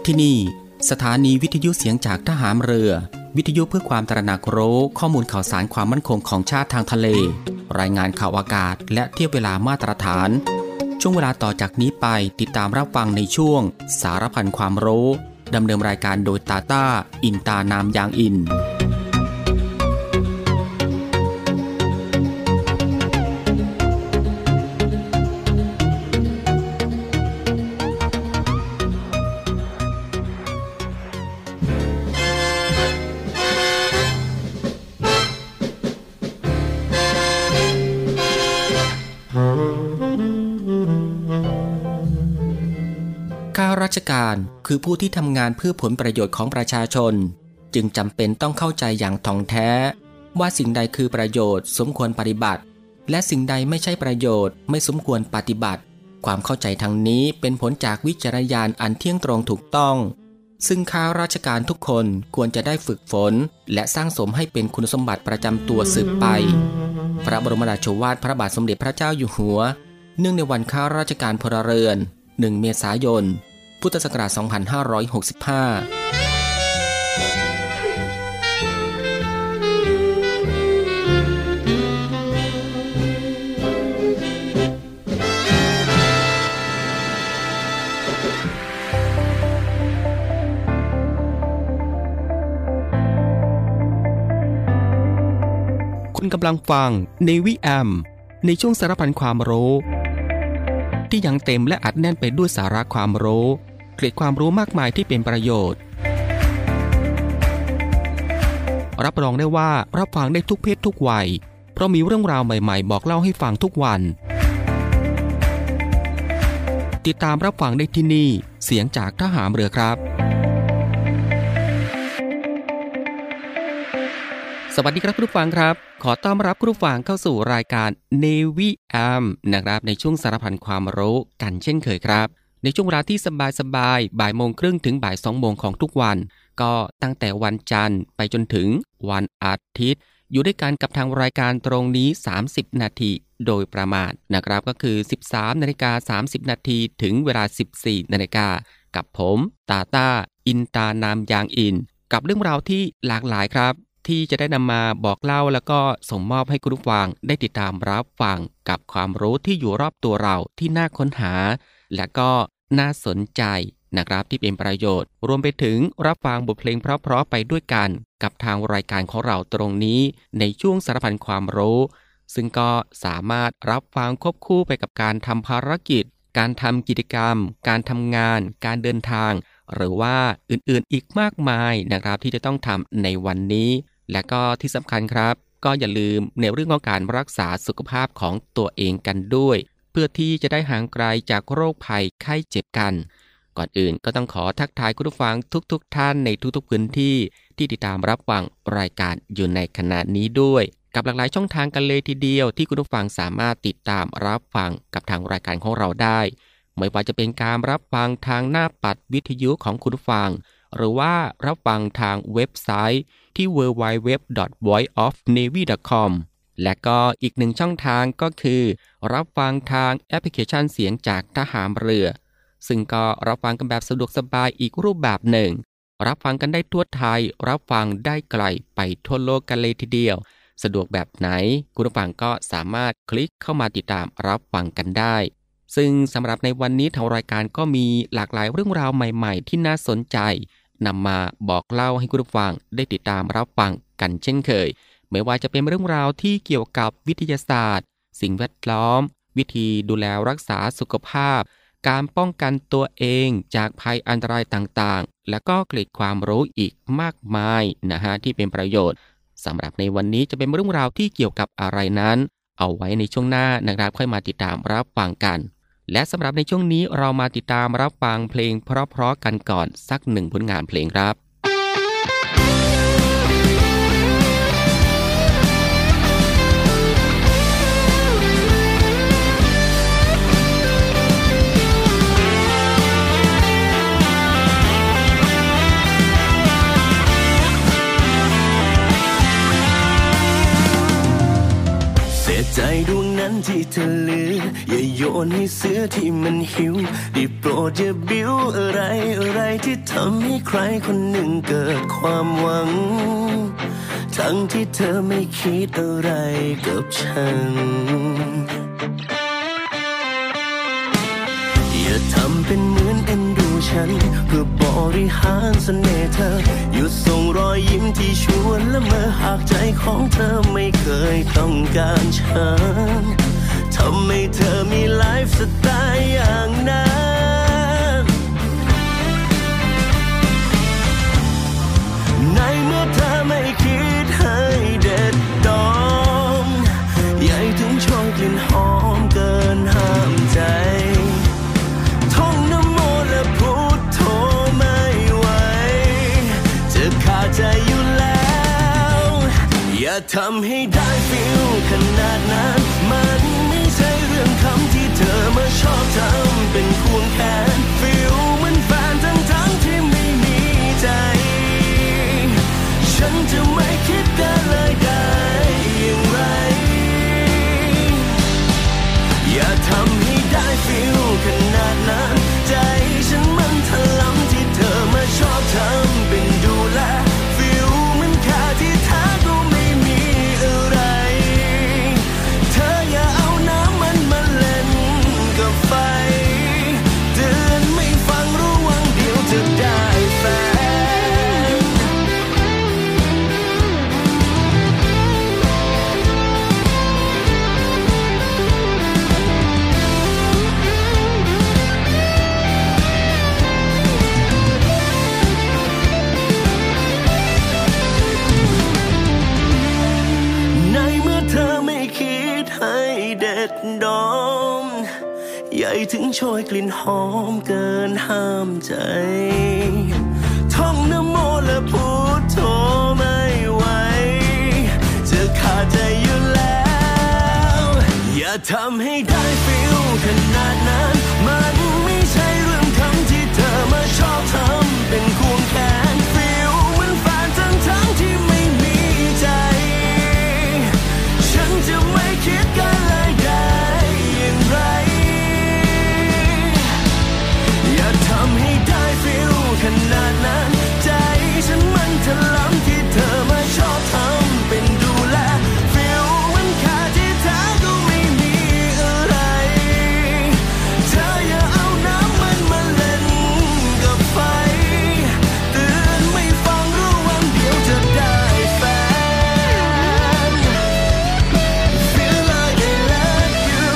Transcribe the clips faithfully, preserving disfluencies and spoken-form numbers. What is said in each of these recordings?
ที่นี่สถานีวิทยุเสียงจากทหารเรือวิทยุเพื่อความตระหนักรู้ข้อมูลข่าวสารความมั่นคงของชาติทางทะเลรายงานข่าวอากาศและเทียบเวลามาตรฐานช่วงเวลาต่อจากนี้ไปติดตามรับฟังในช่วงสารพันความรู้ดำเนินรายการโดยตาต้าอินตานามยางอินข้าราชการคือผู้ที่ทำงานเพื่อผลประโยชน์ของประชาชนจึงจำเป็นต้องเข้าใจอย่างถ่องแท้ว่าสิ่งใดคือประโยชน์สมควรปฏิบัติและสิ่งใดไม่ใช่ประโยชน์ไม่สมควรปฏิบัติความเข้าใจทางนี้เป็นผลจากวิจารณญาณอันเที่ยงตรงถูกต้องซึ่งข้าราชการทุกคนควรจะได้ฝึกฝนและสร้างสมให้เป็นคุณสมบัติประจำตัวสืบไปพระบรมราโชวาทพระบาทสมเด็จพระเจ้าอยู่หัวเนื่องในวันข้าราชการพลเรือนหนึ่งเมษายนพุทธศักราชสองพันห้าร้อยหกสิบห้าคุณกำลังฟัง Navy เอ เอ็ม ในช่วงสารพันความรู้ที่ยังเต็มและอัดแน่นไปด้วยสาระความรู้เกร็ดความรู้มากมายที่เป็นประโยชน์รับรองได้ว่ารับฟังได้ทุกเพศทุกวัยเพราะมีเรื่องราวใหม่ๆบอกเล่าให้ฟังทุกวันติดตามรับฟังได้ที่นี่เสียงจากทหารเรือครับสวัสดีครับคุณผู้ฟังครับขอต้อนรับคุณผู้ฟังเข้าสู่รายการ Navy เอ เอ็ม นะครับในช่วงสารพันความรู้กันเช่นเคยครับในช่วงเวลาที่สบายๆบ่ายโมงครึ่งถึงบ่ายสองโมงของทุกวันก็ตั้งแต่วันจันทร์ไปจนถึงวันอาทิตย์อยู่ด้วยกันกับทางรายการตรงนี้สามสิบนาทีโดยประมาณนะครับก็คือ สิบสามนาฬิกาสามสิบนาทีถึงเวลา สิบสี่นาฬิกากับผมตาต้าอินตานามยางอินกับเรื่องราวที่หลากหลายครับที่จะได้นำมาบอกเล่าแล้วก็ส่งมอบให้คุณผู้ฟังได้ติดตามรับฟังกับความรู้ที่อยู่รอบตัวเราที่น่าค้นหาและก็น่าสนใจนะครับที่เป็นประโยชน์รวมไปถึงรับฟังบทเพลงเพราะๆไปด้วยกันกับทางรายการของเราตรงนี้ในช่วงสารพันความรู้ซึ่งก็สามารถรับฟังควบคู่ไปกับการทำภารกิจการทำกิจกรรมการทำงานการเดินทางหรือว่าอื่นๆอีกมากมายนะครับที่จะต้องทำในวันนี้และก็ที่สำคัญครับก็อย่าลืมในเรื่องของการรักษาสุขภาพของตัวเองกันด้วยเพื่อที่จะได้ห่างไกลจากโรคภัยไข้เจ็บกันก่อนอื่นก็ต้องขอทักทายคุณผู้ฟังทุกๆ ท่านในทุกๆพื้นที่ที่ติดตามรับฟังรายการอยู่ในขณะนี้ด้วยกับหลากหลายช่องทางกันเลยทีเดียวที่คุณผู้ฟังสามารถติดตามรับฟังกับทางรายการของเราได้ไม่ว่าจะเป็นการรับฟังทางหน้าปัดวิทยุของคุณผู้ฟังหรือว่ารับฟังทางเว็บไซต์ที่ ดับเบิลยู ดับเบิลยู ดับเบิลยู ดอท วอยซ์ ออฟ เนวี่ ดอท คอม และก็อีกหนึ่งช่องทางก็คือรับฟังทางแอปพลิเคชันเสียงจากทหารเรือซึ่งก็รับฟังกันแบบสะดวกสบายอีกรูปแบบหนึ่งรับฟังกันได้ทั่วไทยรับฟังได้ไกลไปทั่วโลกกันเลยทีเดียวสะดวกแบบไหนคุณผู้ฟังก็สามารถคลิกเข้ามาติดตามรับฟังกันได้ซึ่งสำหรับในวันนี้ทางรายการก็มีหลากหลายเรื่องราวใหม่ๆที่น่าสนใจนำมาบอกเล่าให้คุณผู้ฟังได้ติดตามรับฟังกันเช่นเคยไม่ว่าจะเป็นเรื่องราวที่เกี่ยวกับวิทยาศาสตร์สิ่งแวดล้อมวิธีดูแลรักษาสุขภาพการป้องกันตัวเองจากภัยอันตรายต่างๆและก็เกร็ดความรู้อีกมากมายนะฮะที่เป็นประโยชน์สำหรับในวันนี้จะเป็นเรื่องราวที่เกี่ยวกับอะไรนั้นเอาไว้ในช่วงหน้านะครับค่อยมาติดตามรับฟังกันและสำหรับในช่วงนี้เรามาติดตามรับฟังเพลงเพราะๆกันก่อนสักหนึ่งผลงานเพลงครับใจดวงนั้นที่เธอเหลืออย่าโยนให้เสือที่มันหิวได้โปรดอย่าบิ้วอะไรอะไรที่ทำให้ใครคนหนึ่งเกิดความหวังทั้งที่เธอไม่คิดอะไรกับฉันอย่าทำเป็นเหมือนเอ็นดูฉันเพื่อบริหารเสน่ห์เธอหยุดส่งรอยยิ้มที่ชวนละเมอหากใจของเธอไม่เคยต้องการฉันทำให้เธอมีไลฟ์สไตล์อย่างนั้นในเมื่อเธอไม่คิดให้เด็ดดองใหญ่ถึงโชยกลิ่นหอมเกินห้ามใจท่องนโมและพุทโธไม่ไหวจะขาดใจอยู่แล้วอย่าทำให้ได้ฟิลขนาดนั้นมันไม่ใช่เรื่องคำที่เธอมาชอบทำเป็นควงแขนฟิลเหมือนแฟนทั้งทั้งที่ไม่มีใจฉันจะไม่คิดกันเลยได้อย่างไรอย่าทำให้ได้ฟิลขนาดนั้นใจฉันมันถลำที่เธอมาชอบทำเป็นดูแลฟิลมันค่าที่แท้ก็ไม่มีอะไรเธออย่าเอาน้ำมันมาเล่นกับไฟเตือนไม่ฟังระวังเดี๋ยวจะได้แฟนในเมื่อเธอไม่คิดให้เด็ดดอมใหญ่ถึงโชยกลิ่นหอมเกินห้ามใจท่องนโมและพุทโธไม่ไหวจะขาดใจอยู่แล้วอย่าทำให้ได้ฟิลขนาดนั้นมันไม่ใช่เรื่องคำที่เธอมาชอบทำเป็นควงแขนฟิลเหมือนแฟนทั้งทั้งที่ไม่มีใจฉันจะไม่คิดกันเลยได้อย่างไรอย่าทำให้ได้ฟิลขนาดนั้นใจฉันมันถลำที่เธอมาชอบทำเป็นดูแลฟิลมันค่าที่แท้ก็ไม่มีอะไรเธออย่าเอาน้ำมันมาเล่นกับไฟเตือนไม่ฟังระวังเดี๋ยวจะได้แฟน Feel like I love you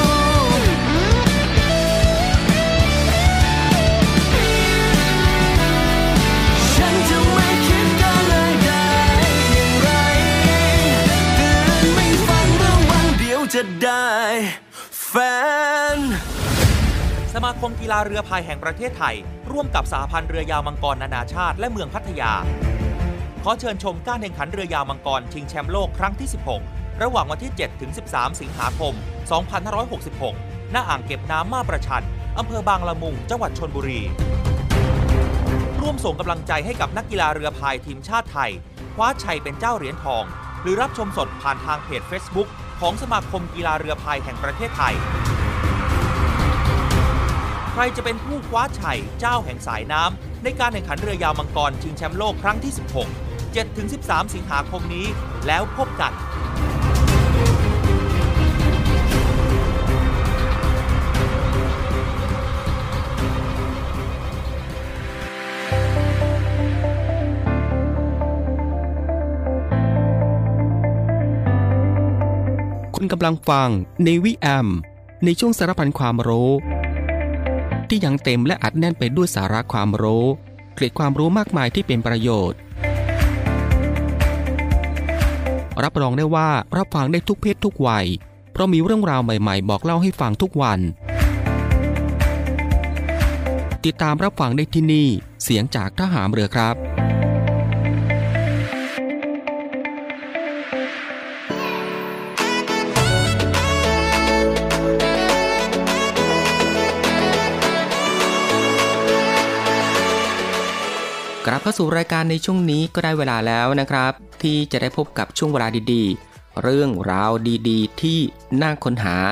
ฉันจะไม่คิดกันเลยได้อย่างไรเตือนไม่ฟังระวังเดี๋ยวจะได้แฟนสมาคมกีฬาเรือพายแห่งประเทศไทยร่วมกับสหพันธ์เรือยาวมังกรนานาชาติและเมืองพัทยาขอเชิญชมการแข่งขันเรือยาวมังกรชิงแชมป์โลกครั้งที่สิบหกระหว่างวันที่ เจ็ดถึงสิบสาม สิงหาคม สองพันห้าร้อยหกสิบหก ณ อ่างเก็บน้ำมาประชันอำเภอบางละมุงจังหวัดชลบุรีร่วมส่งกำลังใจให้กับนักกีฬาเรือพายทีมชาติไทยคว้าชัยเป็นเจ้าเหรียญทองหรือรับชมสดผ่านทางเพจ Facebook ของสมาคมกีฬาเรือพายแห่งประเทศไทยใครจะเป็นผู้คว้าชัยเจ้าแห่งสายน้ำในการแข่งขันเรือยาวมังกรชิงแชมป์โลกครั้งที่ สิบหก เจ็ดถึงสิบสาม สิงหาคมนี้แล้วพบกันคุณกำลังฟัง Navy แอม ในช่วงสารพันความรู้ที่ยังเต็มและอัดแน่นไปด้วยสาระความรู้เกร็ดความรู้มากมายที่เป็นประโยชน์รับรองได้ว่ารับฟังได้ทุกเพศทุกวัยเพราะมีเรื่องราวใหม่ๆบอกเล่าให้ฟังทุกวันติดตามรับฟังได้ที่นี่เสียงจากทหารเรือครับกลับเข้าสู่รายการในช่วงนี้ก็ได้เวลาแล้วนะครับที่จะได้พบกับช่วงเวลาดีๆเรื่องราวดีๆที่น่าค้นหา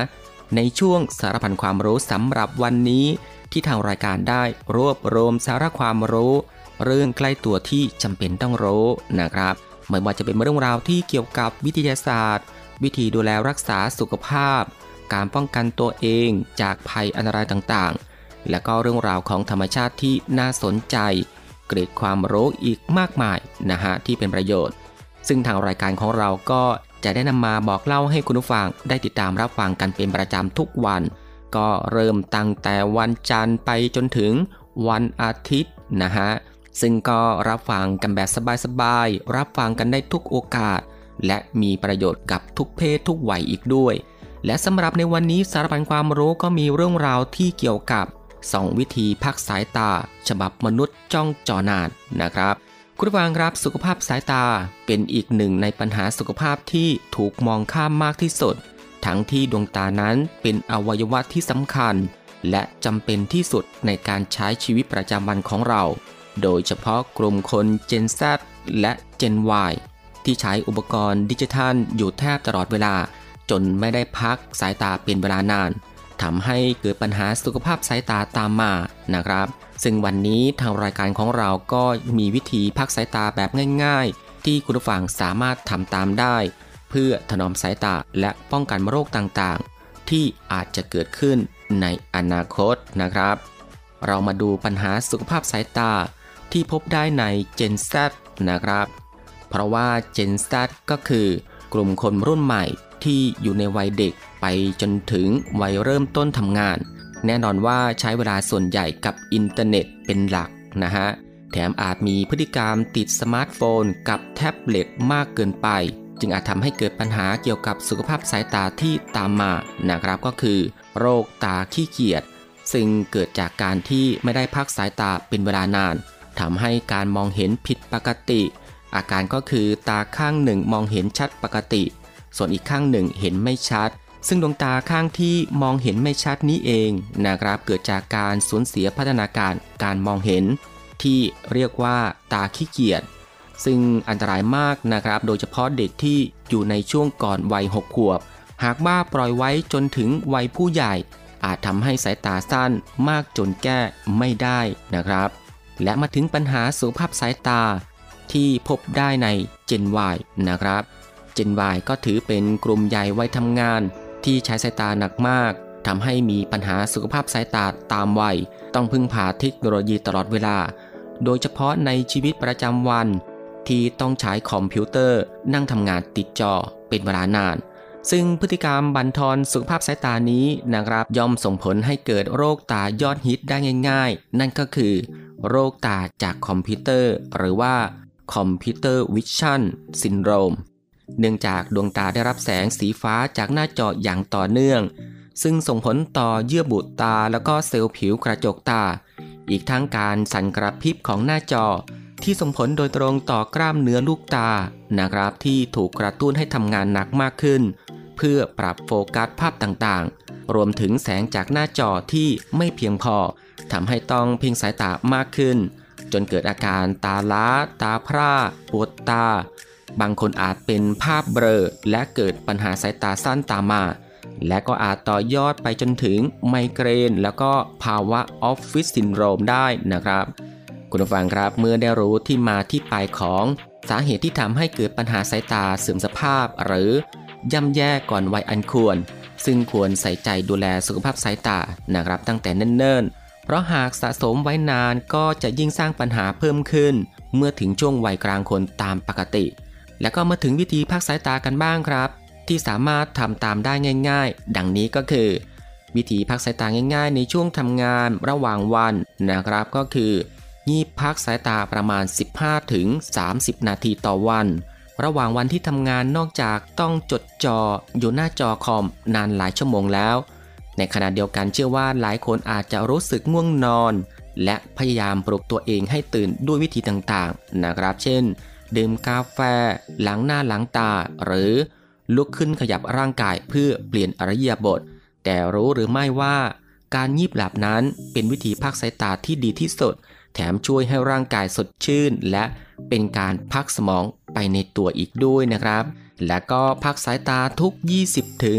ในช่วงสารพันความรู้สำหรับวันนี้ที่ทางรายการได้รวบรวมสาระความรู้เรื่องใกล้ตัวที่จำเป็นต้องรู้นะครับไม่ว่าจะเป็นเรื่องราวที่เกี่ยวกับวิทยาศาสตร์วิธีดูแลรักษาสุขภาพการป้องกันตัวเองจากภัยอันตรายต่างๆและก็เรื่องราวของธรรมชาติที่น่าสนใจเกร็ดความรู้อีกมากมายนะฮะที่เป็นประโยชน์ซึ่งทางรายการของเราก็จะได้นำมาบอกเล่าให้คุณผู้ฟังได้ติดตามรับฟังกันเป็นประจำทุกวันก็เริ่มตั้งแต่วันจันทร์ไปจนถึงวันอาทิตย์นะฮะซึ่งก็รับฟังกันแบบสบายๆรับฟังกันได้ทุกโอกาสและมีประโยชน์กับทุกเพศทุกวัยอีกด้วยและสำหรับในวันนี้สารพันความรู้ก็มีเรื่องราวที่เกี่ยวกับสองวิธีพักสายตาฉบับมนุษย์จ้องจอนานนะครับคุณผู้ฟังครับสุขภาพสายตาเป็นอีกหนึ่งในปัญหาสุขภาพที่ถูกมองข้ามมากที่สุดทั้งที่ดวงตานั้นเป็นอวัยวะที่สำคัญและจำเป็นที่สุดในการใช้ชีวิตประจำวันของเราโดยเฉพาะกลุ่มคน Gen Z และ Gen Y ที่ใช้อุปกรณ์ดิจิทัลอยู่แทบตลอดเวลาจนไม่ได้พักสายตาเป็นเวลานานทำให้เกิดปัญหาสุขภาพสายตาตามมานะครับซึ่งวันนี้ทางรายการของเราก็มีวิธีพักสายตาแบบง่ายๆที่คุณผู้ฟังสามารถทำตามได้เพื่อถนอมสายตาและป้องกันโรคต่างๆที่อาจจะเกิดขึ้นในอนาคตนะครับเรามาดูปัญหาสุขภาพสายตาที่พบได้ใน Gen Z นะครับเพราะว่า Gen Z ก็คือกลุ่มคนรุ่นใหม่ที่อยู่ในวัยเด็กไปจนถึงวัยเริ่มต้นทำงานแน่นอนว่าใช้เวลาส่วนใหญ่กับอินเทอร์เน็ตเป็นหลักนะฮะแถมอาจมีพฤติกรรมติดสมาร์ทโฟนกับแท็บเล็ตมากเกินไปจึงอาจทำให้เกิดปัญหาเกี่ยวกับสุขภาพสายตาที่ตามมานะครับก็คือโรคตาขี้เกียจซึ่งเกิดจากการที่ไม่ได้พักสายตาเป็นเวลานานทำให้การมองเห็นผิดปกติอาการก็คือตาข้างหนึ่งมองเห็นชัดปกติส่วนอีกข้างหนึ่งเห็นไม่ชัดซึ่งดวงตาข้างที่มองเห็นไม่ชัดนี้เองนะครับเกิดจากการสูญเสียพัฒนาการการมองเห็นที่เรียกว่าตาขี้เกียจซึ่งอันตรายมากนะครับโดยเฉพาะเด็กที่อยู่ในช่วงก่อนวัยหกขวบหากว่าปล่อยไว้จนถึงวัยผู้ใหญ่อาจทำให้สายตาสั้นมากจนแก้ไม่ได้นะครับและมาถึงปัญหาสุขภาพสายตาที่พบได้ใน Gen Y นะครับ Gen Y ก็ถือเป็นกลุ่มใหญ่วัยทำงานที่ใช้สายตาหนักมากทำให้มีปัญหาสุขภาพสายตาตามวัยต้องพึ่งพาเทคโนโลยีตลอดเวลาโดยเฉพาะในชีวิตประจำวันที่ต้องใช้คอมพิวเตอร์นั่งทำงานติดจอเป็นเวลานานซึ่งพฤติกรรมบั่นทอนสุขภาพสายตานี้นะครับย่อมส่งผลให้เกิดโรคตายอดฮิตได้ง่ายๆนั่นก็คือโรคตาจากคอมพิวเตอร์หรือว่าคอมพิวเตอร์วิชั่นซินโดรมเนื่องจากดวงตาได้รับแสงสีฟ้าจากหน้าจออย่างต่อเนื่องซึ่งส่งผลต่อเยื่อบุตาแล้วก็เซลล์ผิวกระจกตาอีกทั้งการสั่นกระพริบของหน้าจอที่ส่งผลโดยตรงต่อกล้ามเนื้อลูกตานะครับที่ถูกกระตุ้นให้ทำงานหนักมากขึ้นเพื่อปรับโฟกัสภาพต่างๆรวมถึงแสงจากหน้าจอที่ไม่เพียงพอทำให้ต้องเพ่งสายตามากขึ้นจนเกิดอาการตาล้าตาพร่าปวดตาบางคนอาจเป็นภาพเบลอและเกิดปัญหาสายตาสั้นตามมาและก็อาจต่อยอดไปจนถึงไมเกรนแล้วก็ภาวะออฟฟิศซินโดรมได้นะครับคุณผู้ฟังครับเมื่อได้รู้ที่มาที่ไปของสาเหตุที่ทำให้เกิดปัญหาสายตาเสื่อมสภาพหรือย่ำแย่ก่อนวัยอันควรซึ่งควรใส่ใจดูแลสุขภาพสายตานะครับตั้งแต่เนิ่นๆเพราะหากสะสมไว้นานก็จะยิ่งสร้างปัญหาเพิ่มขึ้นเมื่อถึงช่วงวัยกลางคนตามปกติแล้วก็มาถึงวิธีพักสายตากันบ้างครับที่สามารถทำตามได้ง่ายๆดังนี้ก็คือวิธีพักสายตาง่ายๆในช่วงทำงานระหว่างวันนะครับก็คืองีบพักสายตาประมาณ สิบห้าถึงสามสิบ นาทีต่อวันระหว่างวันที่ทำงานนอกจากต้องจดจ่ออยู่หน้าจอคอมนานหลายชั่วโมงแล้วในขณะเดียวกันเชื่อว่าหลายคนอาจจะรู้สึกง่วงนอนและพยายามปลุกตัวเองให้ตื่นด้วยวิธีต่างๆนะครับเช่นดื่มกาแฟล้างหน้าล้างตาหรือลุกขึ้นขยับร่างกายเพื่อเปลี่ยนอิริยาบถแต่รู้หรือไม่ว่าการงีบหลับนั้นเป็นวิธีพักสายตาที่ดีที่สุดแถมช่วยให้ร่างกายสดชื่นและเป็นการพักสมองไปในตัวอีกด้วยนะครับและก็พักสายตาทุก ยี่สิบถึง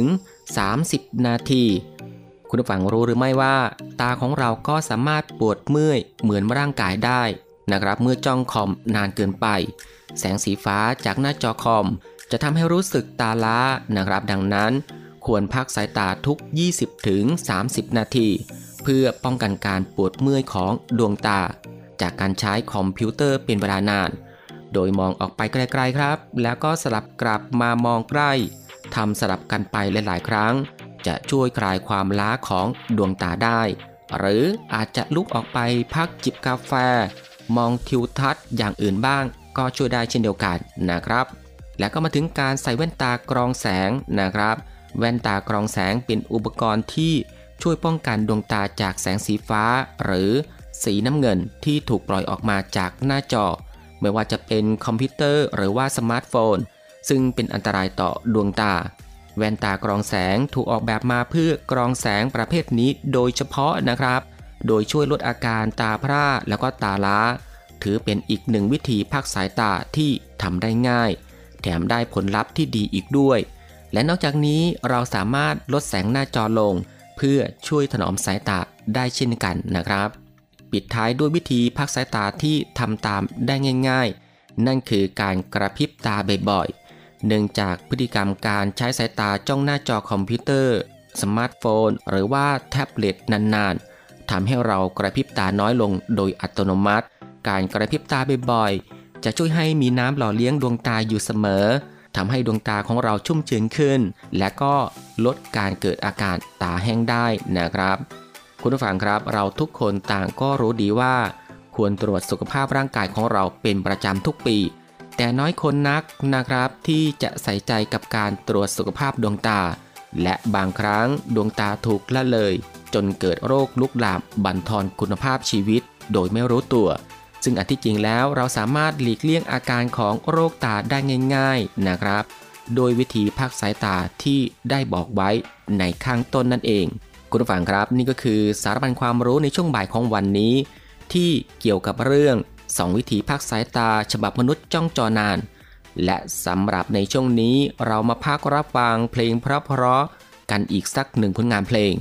สามสิบนาทีคุณผู้ฟังรู้หรือไม่ว่าตาของเราก็สามารถปวดเมื่อยเหมือนร่างกายได้นะครับเมื่อจ้องคอมนานเกินไปแสงสีฟ้าจากหน้าจอคอมจะทำให้รู้สึกตาล้านะครับดังนั้นควรพักสายตาทุก ยี่สิบถึงสามสิบ นาทีเพื่อป้องกันการปวดเมื่อยของดวงตาจากการใช้คอมพิวเตอร์เป็นเวลานานโดยมองออกไปไกลๆครับแล้วก็สลับกลับมามองใกล้ทำสลับกันไปหลายๆครั้งจะช่วยคลายความล้าของดวงตาได้หรืออาจจะลุกออกไปพักจิบกาแฟมองทิวทัศน์อย่างอื่นบ้างก็ช่วยได้เช่นเดียวกันนะครับแล้วก็มาถึงการใส่แว่นตากรองแสงนะครับแว่นตากรองแสงเป็นอุปกรณ์ที่ช่วยป้องกันดวงตาจากแสงสีฟ้าหรือสีน้ำเงินที่ถูกปล่อยออกมาจากหน้าจอไม่ว่าจะเป็นคอมพิวเตอร์หรือว่าสมาร์ทโฟนซึ่งเป็นอันตรายต่อดวงตาแว่นตากรองแสงถูกออกแบบมาเพื่อกรองแสงประเภทนี้โดยเฉพาะนะครับโดยช่วยลดอาการตาพร่าแล้วก็ตาล้าถือเป็นอีกหนึ่งวิธีพักสายตาที่ทำได้ง่ายแถมได้ผลลัพธ์ที่ดีอีกด้วยและนอกจากนี้เราสามารถลดแสงหน้าจอลงเพื่อช่วยถนอมสายตาได้เช่นกันนะครับปิดท้ายด้วยวิธีพักสายตาที่ทำตามได้ง่ายๆนั่นคือการกระพริบตาบ่อยๆเนื่องจากพฤติกรรมการใช้สายตาจ้องหน้าจอคอมพิวเตอร์สมาร์ทโฟนหรือว่าแท็บเล็ตนานๆทำให้เรากระพริบตาน้อยลงโดยอัตโนมัติการกระพริบตาบ่อยๆจะช่วยให้มีน้ำหล่อเลี้ยงดวงตาอยู่เสมอทำให้ดวงตาของเราชุ่มชื้นขึ้นและก็ลดการเกิดอาการตาแห้งได้นะครับคุณผู้ฟังครับเราทุกคนต่างก็รู้ดีว่าควรตรวจสุขภาพร่างกายของเราเป็นประจำทุกปีแต่น้อยคนนักนะครับที่จะใส่ใจกับการตรวจสุขภาพดวงตาและบางครั้งดวงตาถูกละเลยจนเกิดโรคลุกลามบั่นทอนคุณภาพชีวิตโดยไม่รู้ตัวซึ่งอันที่จริงแล้วเราสามารถหลีกเลี่ยงอาการของโรคตาได้ง่ายๆนะครับโดยวิธีพักสายตาที่ได้บอกไว้ในข้างต้นนั่นเองคุณผู้ฟังครับนี่ก็คือสารพันความรู้ในช่วงบ่ายของวันนี้ที่เกี่ยวกับเรื่องสองวิธีพักสายตาฉบับมนุษย์จ้องจอนานและสำหรับในช่วงนี้เรามาพักรับฟังเพลงเพราะๆกันอีกสักหนึ่งผลงานเพลง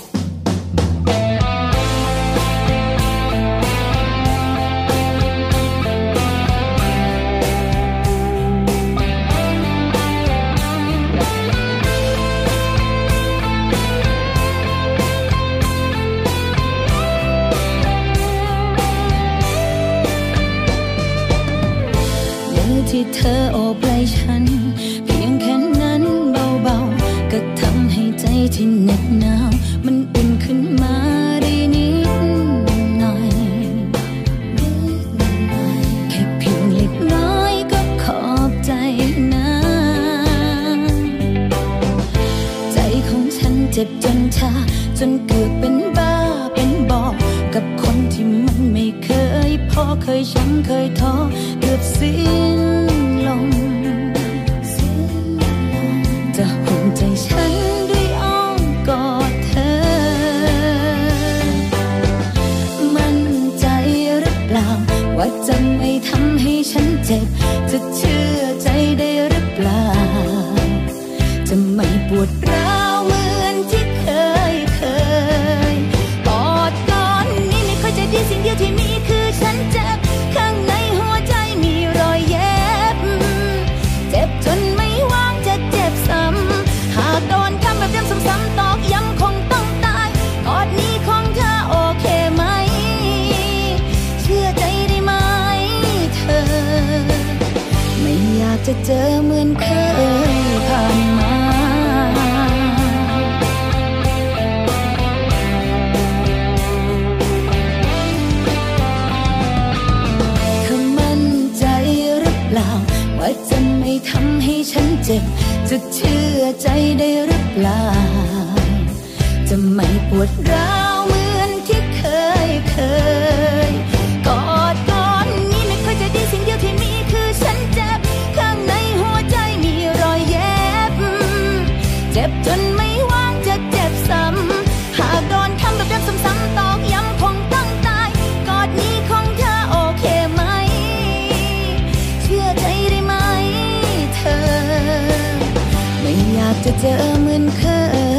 ที่เธอโอบไหล่ฉันเพียงแค่นั้นเบาๆก็ทำให้ใจที่เหน็บหนาวมันอุ่นขึ้นมาได้นิดหน่อยแค่เพียงเล็กน้อยก็ขอบใจนะใจของฉันเจ็บจนชาจนเกือบเป็นบ้าเป็นบอกกับคนที่มันไม่เคยพอเคยช้ำเคยท้อเกือบสิ้นจะห่วงใจฉันด้วยอ้อมกอดเธอมั่นใจหรือเปล่าว่าจะไม่ทำให้ฉันเจ็บจะเชื่อใจได้หรือเปล่าจะไม่ปวดร้าวเหมือนที่เคยเคยกอดก่อนนี้ไม่ค่อยจะดีสิ่งเดียวที่มีคือฉันเจ็บข้างในหัวใจมีรอยเย็บเจ็บจนไม่ว่างจะเจ็บซ้ำหากโดนคำแบบเดิมซ้ำๆตอกย้ำคงต้องตายกอดนี้ของเธอโอเคไหมเชื่อใจได้ไหมเธอไม่อยากจะเจอเหมือนเคยผ่านมาเธอมั่นใจหรือเปล่าว่าจะไม่ทำให้ฉันเจ็บจะเชื่อใจได้หรือเปล่าจะไม่ปวดร้าวเหมือนที่เคยเคยกอดก่อนนี้ไม่ค่อยจะดีสิ่งเดียวที่มีคือฉันเจ็บข้างในหัวใจมีรอยเย็บเจ็บจนไม่ว่างจะเจ็บซ้ำหากโดนคำแบบเดิมซ้ำๆตอกย้ำคงต้องตายกอดนี้ของเธอโอเคไหมเชื่อใจได้ไหมเธอไม่อยากจะเจอเหมือนเคย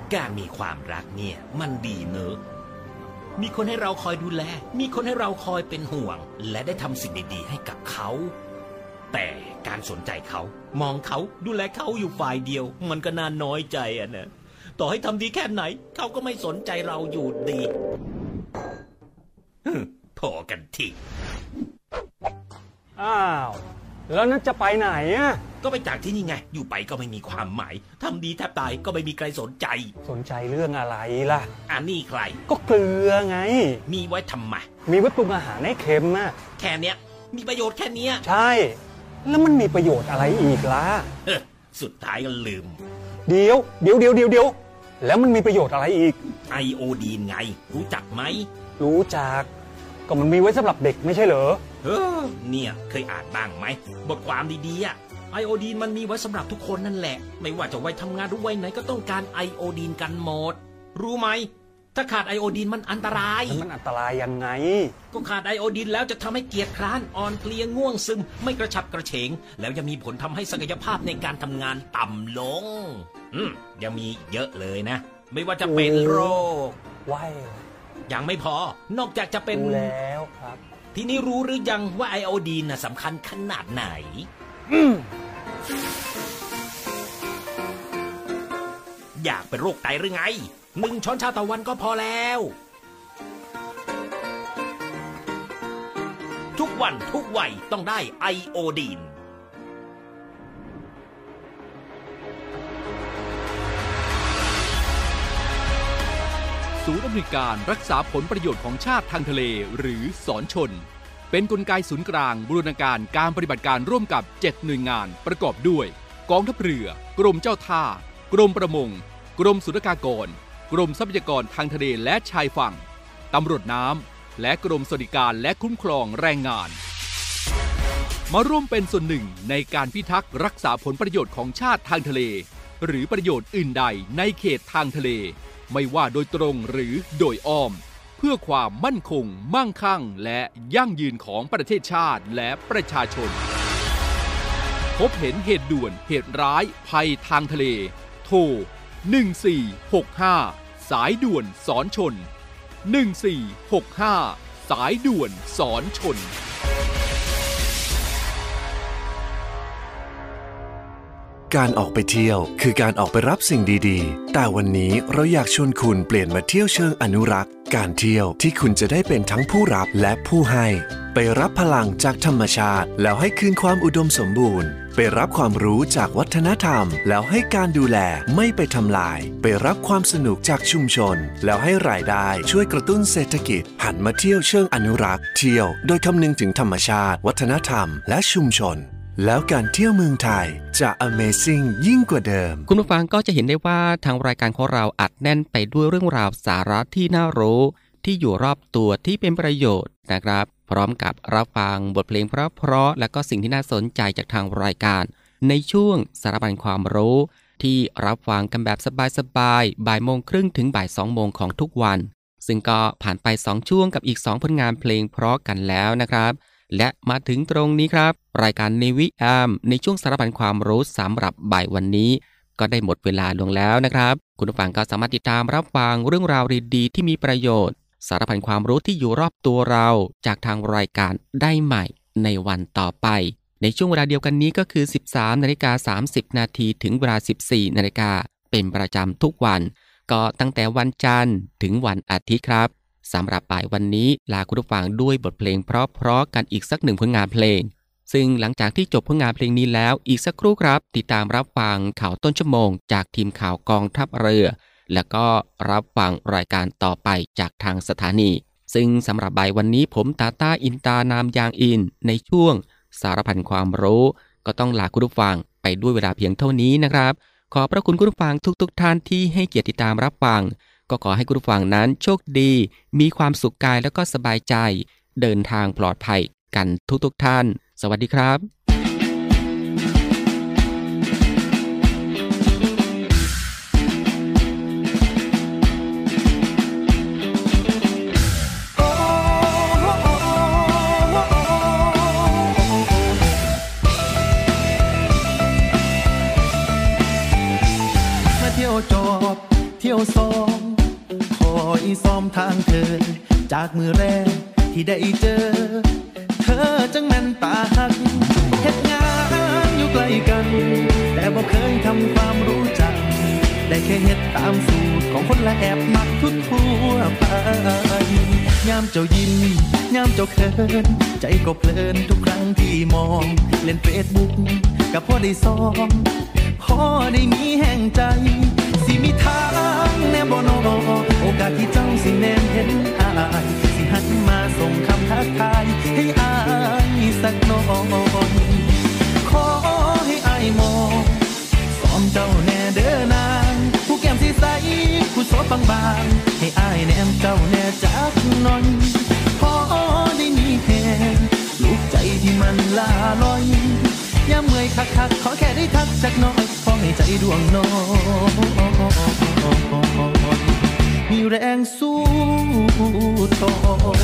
การมีความรักเนี่ยมันดีเนอะมีคนให้เราคอยดูแลมีคนให้เราคอยเป็นห่วงและได้ทำสิ่งดีๆให้กับเขาแต่การสนใจเขามองเขาดูแลเขาอยู่ฝ่ายเดียวมันก็น่าน้อยใจอะนะต่อให้ทำดีแค่ไหนเขาก็ไม่สนใจเราอยู่ดีพอกันทีอ้าวแล้วนั่นจะไปไหนอ่ะก็ไปจากที่นี่ไงอยู่ไปก็ไม่มีความหมายทำดีแทบตายก็ไม่มีใครสนใจสนใจเรื่องอะไรล่ะอันนี้ใครก็เกลือไงมีไว้ทำไมมีไว้ปรุงอาหารให้เค็มอ่ะแค่เนี้ยมีประโยชน์แค่เนี้ยใช่แล้วมันมีประโยชน์อะไรอีกล่ะสุดท้ายก็ลืมเดี๋ยวเดี๋ยวเดี๋ยวเดี๋ยวเดี๋ยวแล้วมันมีประโยชน์อะไรอีกไอโอดีนไงรู้จักไหมรู้จักก็มันมีไว้สำหรับเด็กไม่ใช่เหรอเออเนี่ยเคยอ่านบ้างไหมบทความดีๆอ่ะไอโอดีนมันมีไว้สำหรับทุกคนนั่นแหละไม่ว่าจะไว้ทำงานหรือไว้ไหนก็ต้องการไอโอดีนกันหมดรู้ไหมถ้าขาดไอโอดีนมันอันตรายมันอันตรายยังไงก็ขาดไอโอดีนแล้วจะทำให้เกียจคร้านอ่อนเพลียง่วงซึมไม่กระฉับกระเฉงแล้วยังมีผลทำให้ศักยภาพในการทำงานต่ำลงอืมยังมีเยอะเลยนะไม่ว่าจะเป็นโรคว้ายยังไม่พอนอกจากจะเป็นแล้วครับทีนี้รู้หรือยังว่าไอโอดีนน่ะสำคัญขนาดไหนอยากเป็นโรคไตหรือไงหนึ่งช้อนชาต่อวันก็พอแล้วทุกวันทุกวัยต้องได้ไอโอดีนศูนย์อำนวยการรักษาผลประโยชน์ของชาติทางทะเลหรือศรชนเป็นกลไกศูนย์กลางบูรณาการการปฏิบัติการร่วมกับเจ็ดหน่วยงานประกอบด้วยกองทัพเรือกรมเจ้าท่ากรมประมงกรมศุลกากรกรมทรัพยากรทางทะเลและชายฝั่งตำรวจน้ำและกรมสวัสดิการและคุ้มครองแรงงานมาร่วมเป็นส่วนหนึ่งในการพิทักษ์รักษาผลประโยชน์ของชาติทางทะเลหรือประโยชน์อื่นใดในเขตทางทะเลไม่ว่าโดยตรงหรือโดยอ้อมเพื่อความมั่นคงมั่งคั่งและยั่งยืนของประเทศชาติและประชาชนพบเห็นเหตุด่วนเหตุร้ายภัยทางทะเลโทรหนึ่งสี่หกห้าสายด่วนสอนชนหนึ่งสี่หกห้าสายด่วนสอนชนการออกไปเที่ยวคือการออกไปรับสิ่งดีๆแต่วันนี้เราอยากชวนคุณเปลี่ยนมาเที่ยวเชิงอนุรักษ์การเที่ยวที่คุณจะได้เป็นทั้งผู้รับและผู้ให้ไปรับพลังจากธรรมชาติแล้วให้คืนความอุดมสมบูรณ์ไปรับความรู้จากวัฒนธรรมแล้วให้การดูแลไม่ไปทำลายไปรับความสนุกจากชุมชนแล้วให้รายได้ช่วยกระตุ้นเศรษฐกิจหันมาเที่ยวเชิงอนุรักษ์เที่ยวโดยคำนึงถึงธรรมชาติวัฒนธรรมและชุมชนแล้วการเที่ยวเมืองไทยจะ Amazing ยิ่งกว่าเดิมคุณผู้ฟังก็จะเห็นได้ว่าทางรายการของเราอัดแน่นไปด้วยเรื่องราวสาระที่น่ารู้ที่อยู่รอบตัวที่เป็นประโยชน์นะครับพร้อมกับรับฟังบทเพลงเพราะๆและก็สิ่งที่น่าสนใจจากทางรายการในช่วงสารพันความรู้ที่รับฟังกันแบบสบายๆบ่ายโมงครึ่งถึงบ่ายสองโมงของทุกวันซึ่งก็ผ่านไปสองช่วงกับอีกสองผลงานเพลงเพราะกันแล้วนะครับและมาถึงตรงนี้ครับรายการ Navy เอ็ม ในช่วงสารพันความรู้สำหรับบ่ายวันนี้ก็ได้หมดเวลาลงแล้วนะครับคุณผู้ฟังก็สามารถติดตามรับฟังเรื่องราวดีๆที่มีประโยชน์สารพันความรู้ที่อยู่รอบตัวเราจากทางรายการได้ใหม่ในวันต่อไปในช่วงเวลาเดียวกันนี้ก็คือ สิบสามนาฬิกาสามสิบนาทีถึงเวลา สิบสี่นาฬิกาเป็นประจำทุกวันก็ตั้งแต่วันจันทร์ถึงวันอาทิตย์ครับสำหรับบ่ายวันนี้ลาคุณผู้ฟังด้วยบทเพลงเพราะๆกันอีกสักหนึ่งผลงานเพลงซึ่งหลังจากที่จบผลงานเพลงนี้แล้วอีกสักครู่ครับติดตามรับฟังข่าวต้นชั่วโมงจากทีมข่าวกองทัพเรือแล้วก็รับฟังรายการต่อไปจากทางสถานีซึ่งสำหรับบ่ายวันนี้ผมตาต้าอินตานามยางอินในช่วงสารพันความรู้ก็ต้องลาคุณผู้ฟังไปด้วยเวลาเพียงเท่านี้นะครับขอพระคุณคุณผู้ฟังทุกๆท่านที่ให้เกียรติติดตามรับฟังก็ขอให้คุณผู้ฟังนั้นโชคดีมีความสุขกายแล้วก็สบายใจเดินทางปลอดภัยกันทุกๆท่านสวัสดีครับมาเที่ยวจบเที่ยวจากมือแรกที่ได้เจอเธอจังแม่นตาหักเฮ็ดงานอยู่ใกล้กันแต่บ่เคยทำความรู้จักได้แค่เฮ็ดตามสูตรของคนละแอบมักทุกทั่วไปยามเจ้ายิ้มยามเจ้าเขินใจก็เพลินทุกครั้งที่มองเล่นเฟซบุ๊กกับพ่อได้ซ้อมพ่อได้มีแห่งใจสิมีทางแน่บ่นอโอกาสที่เจ้าสิแนมเห็นอายสิหันมาส่งคำทักทายให้อายสักหน่อยขอให้อายมองสอมเจ้าแน่เด้อนางผู้แก้มสีใสผู้โสดบางๆให้อายแนมเจ้าแน่จักหน่อยพอได้มีแค่ลูกใจที่มันลาลอยยามเมื่อยคักๆขอแค่ได้ทักสักหน่อยพอให้ใจดวงน้อยมีแรงสู้ต่อ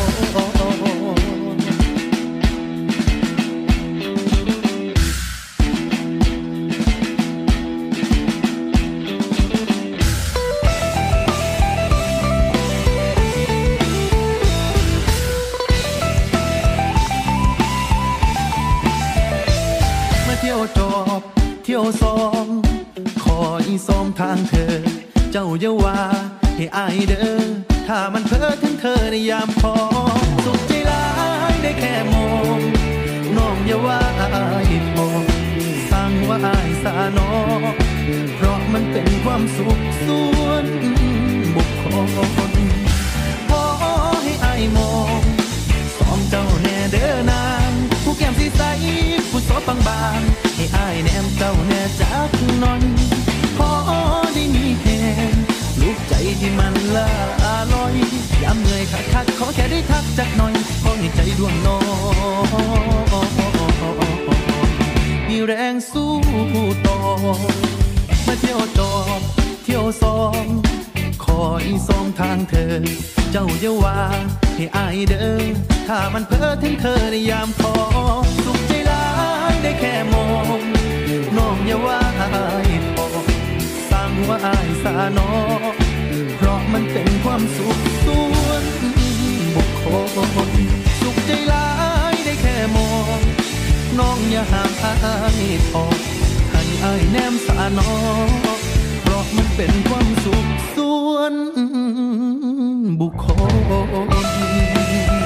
เที่ยวจอบเที่ยวซ้อมคอยซ้อมทางเธอเจ้าอย่าว่าให้อายเด้อถ้ามันเพ้อถึงเธอในยามพอสุขใจร้ายได้แค่มองน้องอย่าว่าอายพอสั่งว่าอายสานอเพราะมันเป็นความสุขส่วนบุคคลพอให้อายมองซ้อมเจ้าแน่เด้อนางผู้แก้มสีใสผู้โสดบางๆให้อายแนมเจ้าแน่จักหน่อยพอได้มีแค่ลูกใจที่มันละลอยยามเหนื่อยคักๆขอแค่ได้ทักจักหน่อยพอให้ใจดวงน้อยมีแรงสู้ต่อมาเที่ยวจอบเที่ยวซ้อมคอยซ้อมทางเธอเจ้าอย่าว่าให้อายเด้อถ้ามันเพ้อถึงเธอในยามพอสุขใจร้ายได้แค่มองน้องอย่าว่าอายพอสั่งว่าอายสานอเพราะมันเป็นความสุขส่วนบุคคลสุขใจร้ายได้แค่มองน้องอย่าห้ามอายพอให้อายแนมสานอเพราะมันเป็นความสุขส่วนบุคคล